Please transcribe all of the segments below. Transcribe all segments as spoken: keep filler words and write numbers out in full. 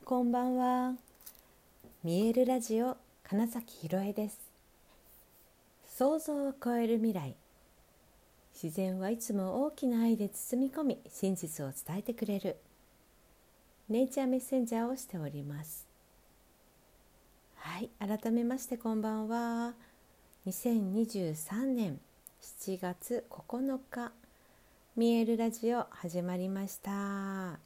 こんばんは。見えるラジオ金崎ひろえです。想像を超える未来。自然はいつも大きな愛で包み込み、真実を伝えてくれるネイチャーメッセンジャーをしております。はい、改めましてこんばんは。にせんにじゅうさんねんしちがつここのか、見えるラジオ始まりました。はい、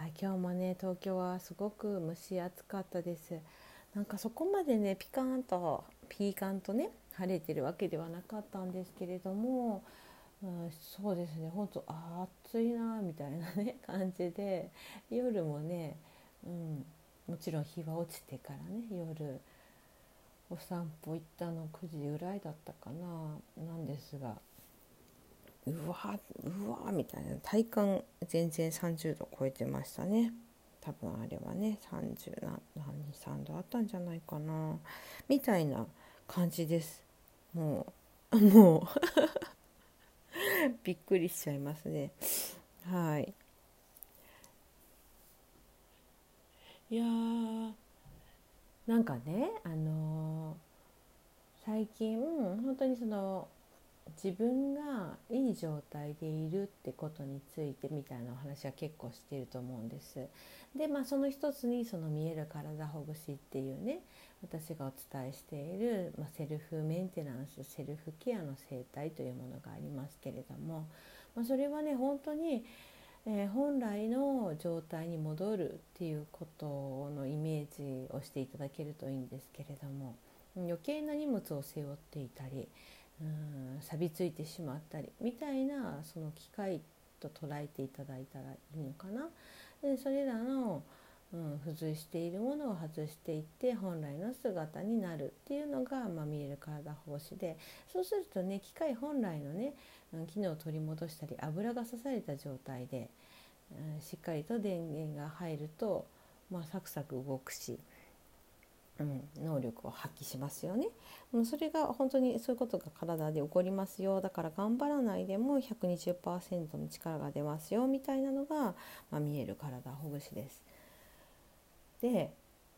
今日もね、東京はすごく蒸し暑かったです。なんかそこまでねピカンとピーカンとね晴れてるわけではなかったんですけれども、うん、そうですね、本当あ暑いなみたいなね感じで、夜もね、うん、もちろん日は落ちてからね、夜お散歩行ったのくじぐらいだったかな、なんですが、うわうわみたいな、体感全然さんじゅうど超えてましたね。多分あれはねさんじゅうに、さんどあったんじゃないかなみたいな感じです。もうもうびっくりしちゃいますね。はい。いやー、なんかね、あのー最近本当にその自分がいい状態でいるってことについてみたいなお話は結構していると思うんです。で、まあその一つにその見える体ほぐしっていうね、私がお伝えしている、まあ、セルフメンテナンス、セルフケアの生態というものがありますけれども、まあ、それはね本当に、えー本来の状態に戻るっていうことのイメージをしていただけるといいんですけれども、余計な荷物を背負っていたり、うん錆びついてしまったりみたいな、その機会と捉えていただいたらいいのかな。でそれらの、うん、付随しているものを外していって本来の姿になるっていうのが、まあ、見える体奉仕で、そうするとね、機械本来のね、うん、機能を取り戻したり、油が刺された状態で、うん、しっかりと電源が入ると、まあ、サクサク動くし、うん、能力を発揮しますよね。うん、それが本当にそういうことが体で起こりますよ。だから頑張らないでも ひゃくにじゅっパーセント の力が出ますよみたいなのが、まあ、見える体ほぐしです。で、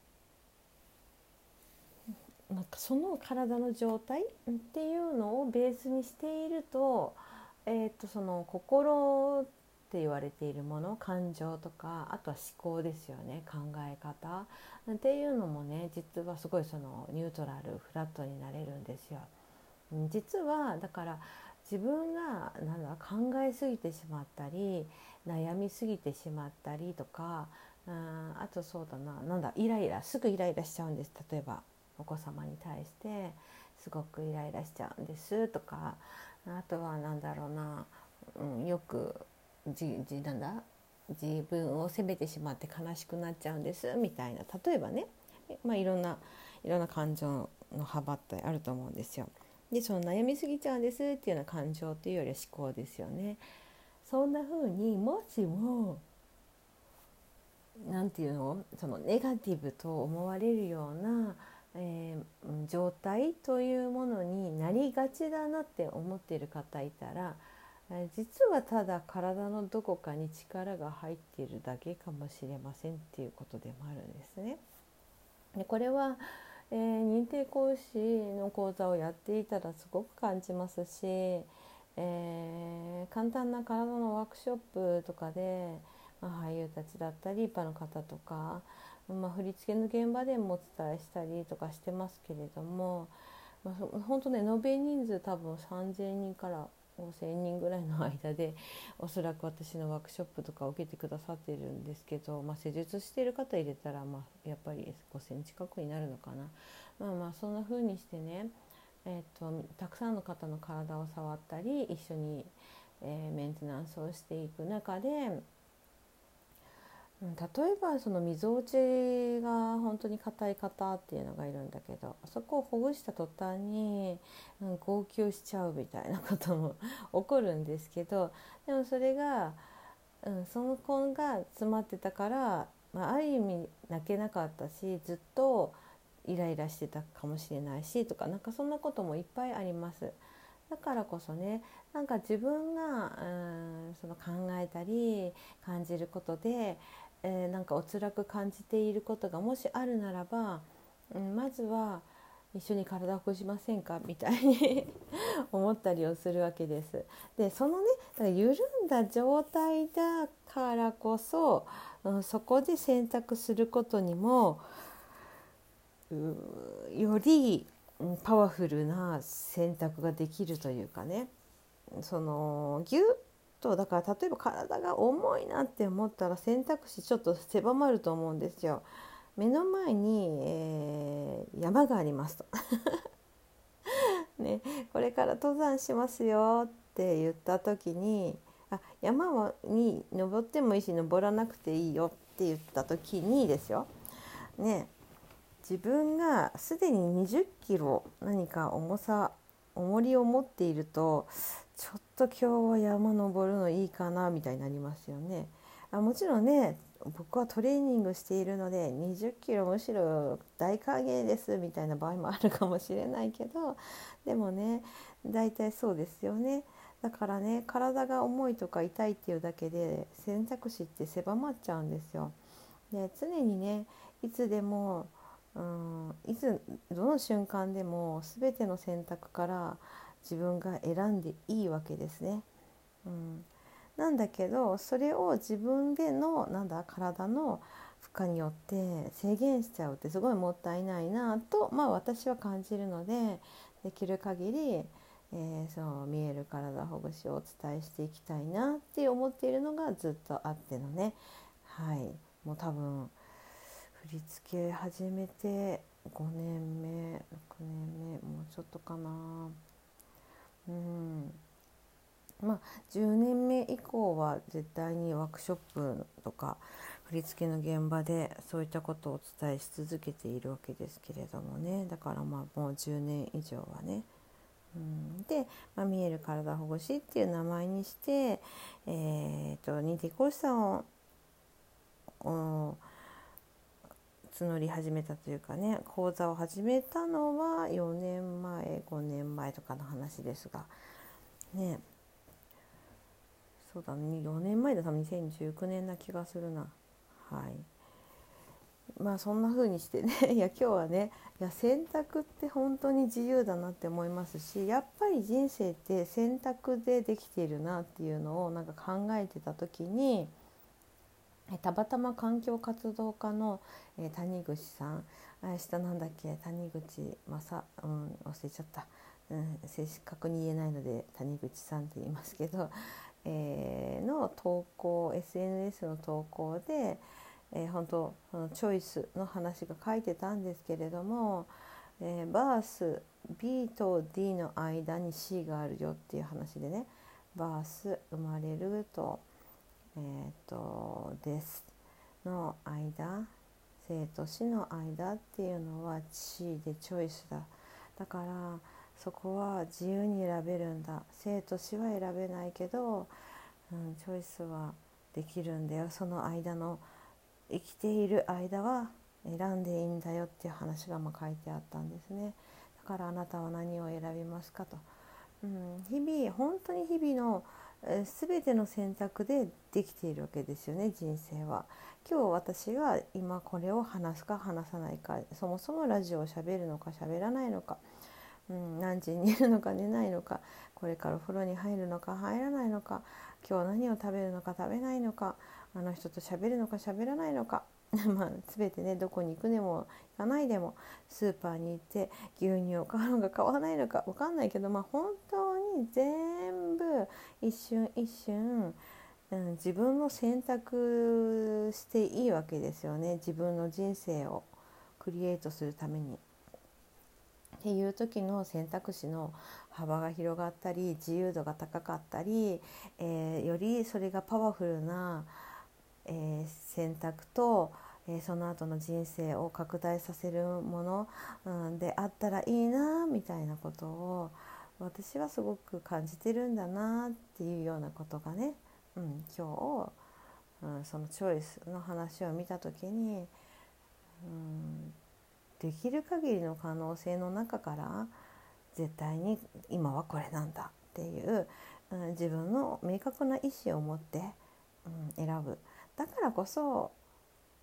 なんかその体の状態っていうのをベースにしていると、えー、とその心って言われているもの、感情とか、あとは思考ですよね、考え方っていうのもね、実はすごいそのニュートラルフラットになれるんですよ。実はだから自分がなんだ考えすぎてしまったり、悩みすぎてしまったりとか、うん、あとそうだな、なんだイライラすぐイライラしちゃうんです。例えばお子様に対してすごくイライラしちゃうんですとか、あとはなんだろうな、うん、よくじじなんだ自分を責めてしまって悲しくなっちゃうんですみたいな、例えばね、まあ、いろんないろんな感情の幅ってあると思うんですよ。でその悩みすぎちゃうんですっていうような感情っていうよりは思考ですよね。そんな風にもしもなんていうの、そのネガティブと思われるような、えー状態というものになりがちだなって思っている方いたら、えー実はただ体のどこかに力が入っているだけかもしれませんっていうことでもあるんですね。でこれは、えー認定講師の講座をやっていたらすごく感じますし、えー簡単な体のワークショップとかで、まあ、俳優たちだったり一般の方とか、まあ、振り付けの現場でもお伝えしたりとかしてますけれども、まあ、本当ね、延べ人数多分さんぜんにんからごせんにんぐらいの間でおそらく私のワークショップとかを受けてくださっているんですけど、まあ、施術している方入れたら、まあ、やっぱりごせん近くになるのかな。まあまあそんな風にしてね、えー、とたくさんの方の体を触ったり一緒に、えーメンテナンスをしていく中で、うん、例えばそのみぞおちが本当に硬い方っていうのがいるんだけど、そこをほぐした途端に、うん、号泣しちゃうみたいなことも起こるんですけど、でもそれが、うん、その子が詰まってたから、まあ、ある意味泣けなかったし、ずっとイライラしてたかもしれないしとか、なんかそんなこともいっぱいあります。だからこそね、なんか自分が、うん、その考えたり感じることで、 えー、なんかお辛く感じていることがもしあるならば、うん、まずは一緒に体をほぐしませんかみたいに思ったりをするわけです。でそのねだから緩んだ状態だからこそ、うん、そこで選択することにもよりパワフルな選択ができるというかね、そのギュッとだから例えば体が重いなって思ったら選択肢ちょっと狭まると思うんですよ。目の前に、えー、山がありますとね、これから登山しますよって言った時に、あ、山に登ってもいいし登らなくていいよって言った時にですよ、ね、自分がすでににじゅっキロ何か重さ重りを持っていると、ちょっと今日は山登るのいいかなみたいになりますよね。あ、もちろんね、僕はトレーニングしているのでにじゅっキロむしろ大歓迎ですみたいな場合もあるかもしれないけど、でもね、大体そうですよね。だからね、体が重いとか痛いっていうだけで選択肢って狭まっちゃうんですよ。で、常にね、いつでも、うん、いつどの瞬間でも全ての選択から自分が選んでいいわけですね。うん、なんだけどそれを自分でのなんだ体の負荷によって制限しちゃうってすごいもったいないなと、まあ、私は感じるので、できる限り、えー、その見える体ほぐしをお伝えしていきたいなって思っているのがずっとあってのね、はい、もう多分振り付け始めてごねんめろくねんめもうちょっとかな、うん、まあじゅうねんめ以降は絶対にワークショップとか振り付けの現場でそういったことをお伝えし続けているわけですけれどもね、だからまあもうじゅうねん以上はね、うん、で、まあ、見える体ほぐしっていう名前にして、えー、と認定講師さんを募り始めたというかね、講座を始めたのはよねんまえごねんまえとかの話ですがね、そうだね、よねんまえだとにせんじゅうきゅうねんな気がするな。はい、まあそんな風にしてねいや今日はね、いや選択って本当に自由だなって思いますし、やっぱり人生って選択でできているなっていうのをなんか考えてた時に、たまたま環境活動家の、えー、谷口さん、あ、下なんだっけ、谷口正、うん、忘れちゃった、うん、正確に言えないので谷口さんって言いますけど、えー、の投稿 エスエヌエス の投稿で、えー、本当そのチョイスの話が書いてたんですけれども、えー、バース B と D の間に C があるよっていう話でね、バース生まれるとえー、とですの間、生と死の間っていうのは地でチョイスだ。だからそこは自由に選べるんだ。生と死は選べないけど、うん、チョイスはできるんだよ。その間の生きている間は選んでいいんだよっていう話がまあ書いてあったんですね。だからあなたは何を選びますかと。うん、日々本当に日々の全ての選択でできているわけですよね、人生は。今日私が今これを話すか話さないか、そもそもラジオをしゃべるのかしゃべらないのか、うん、何時に寝るのか寝ないのか、これからお風呂に入るのか入らないのか、今日何を食べるのか食べないのか、あの人としゃべるのかしゃべらないのかまあ全てね、どこに行くでも行かないでも、スーパーに行って牛乳を買うのか買わないのか分かんないけど、まあ本当に全部一瞬一瞬、うん、自分の選択していいわけですよね。自分の人生をクリエイトするためにっていう時の選択肢の幅が広がったり自由度が高かったり、えー、よりそれがパワフルな、えー、選択と、えー、その後の人生を拡大させるもの、うん、であったらいいなみたいなことを私はすごく感じてるんだなっていうようなことがね、うん、今日、うん、そのチョイスの話を見た時に、うん、できる限りの可能性の中から絶対に今はこれなんだっていう、うん、自分の明確な意思を持って、うん、選ぶ。だからこそ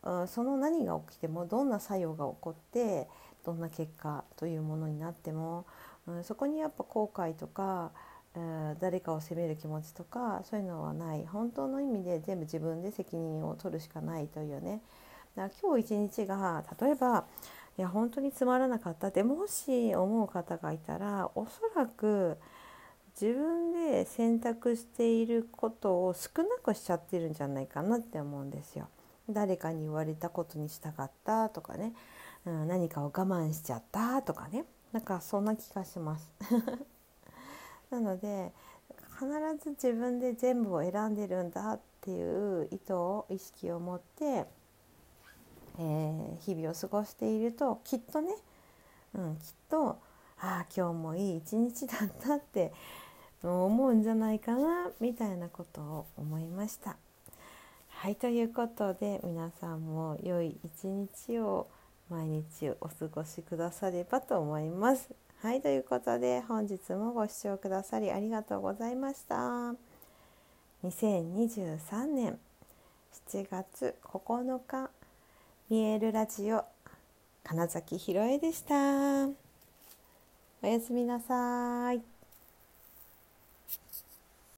その何が起きても、どんな作用が起こってどんな結果というものになっても、そこにやっぱ後悔とか誰かを責める気持ちとかそういうのはない。本当の意味で全部自分で責任を取るしかないというね。だから今日一日が例えばいや本当につまらなかったってもし思う方がいたら、おそらく自分で選択していることを少なくしちゃってるんじゃないかなって思うんですよ。誰かに言われたことに従ったとかね、うん、何かを我慢しちゃったとかね、なんかそんな気がしますなので必ず自分で全部を選んでるんだっていう意図を意識を持って、えー、日々を過ごしているときっとね、うん、きっとああ今日もいい一日だったって思うんじゃないかなみたいなことを思いました。はい、ということで皆さんも良い一日を毎日お過ごしくださればと思います。はい、ということで本日もご視聴くださりありがとうございました。にせんにじゅうさんねんしちがつここのか、見えるラジオ金崎ひろえでした。おやすみなさい。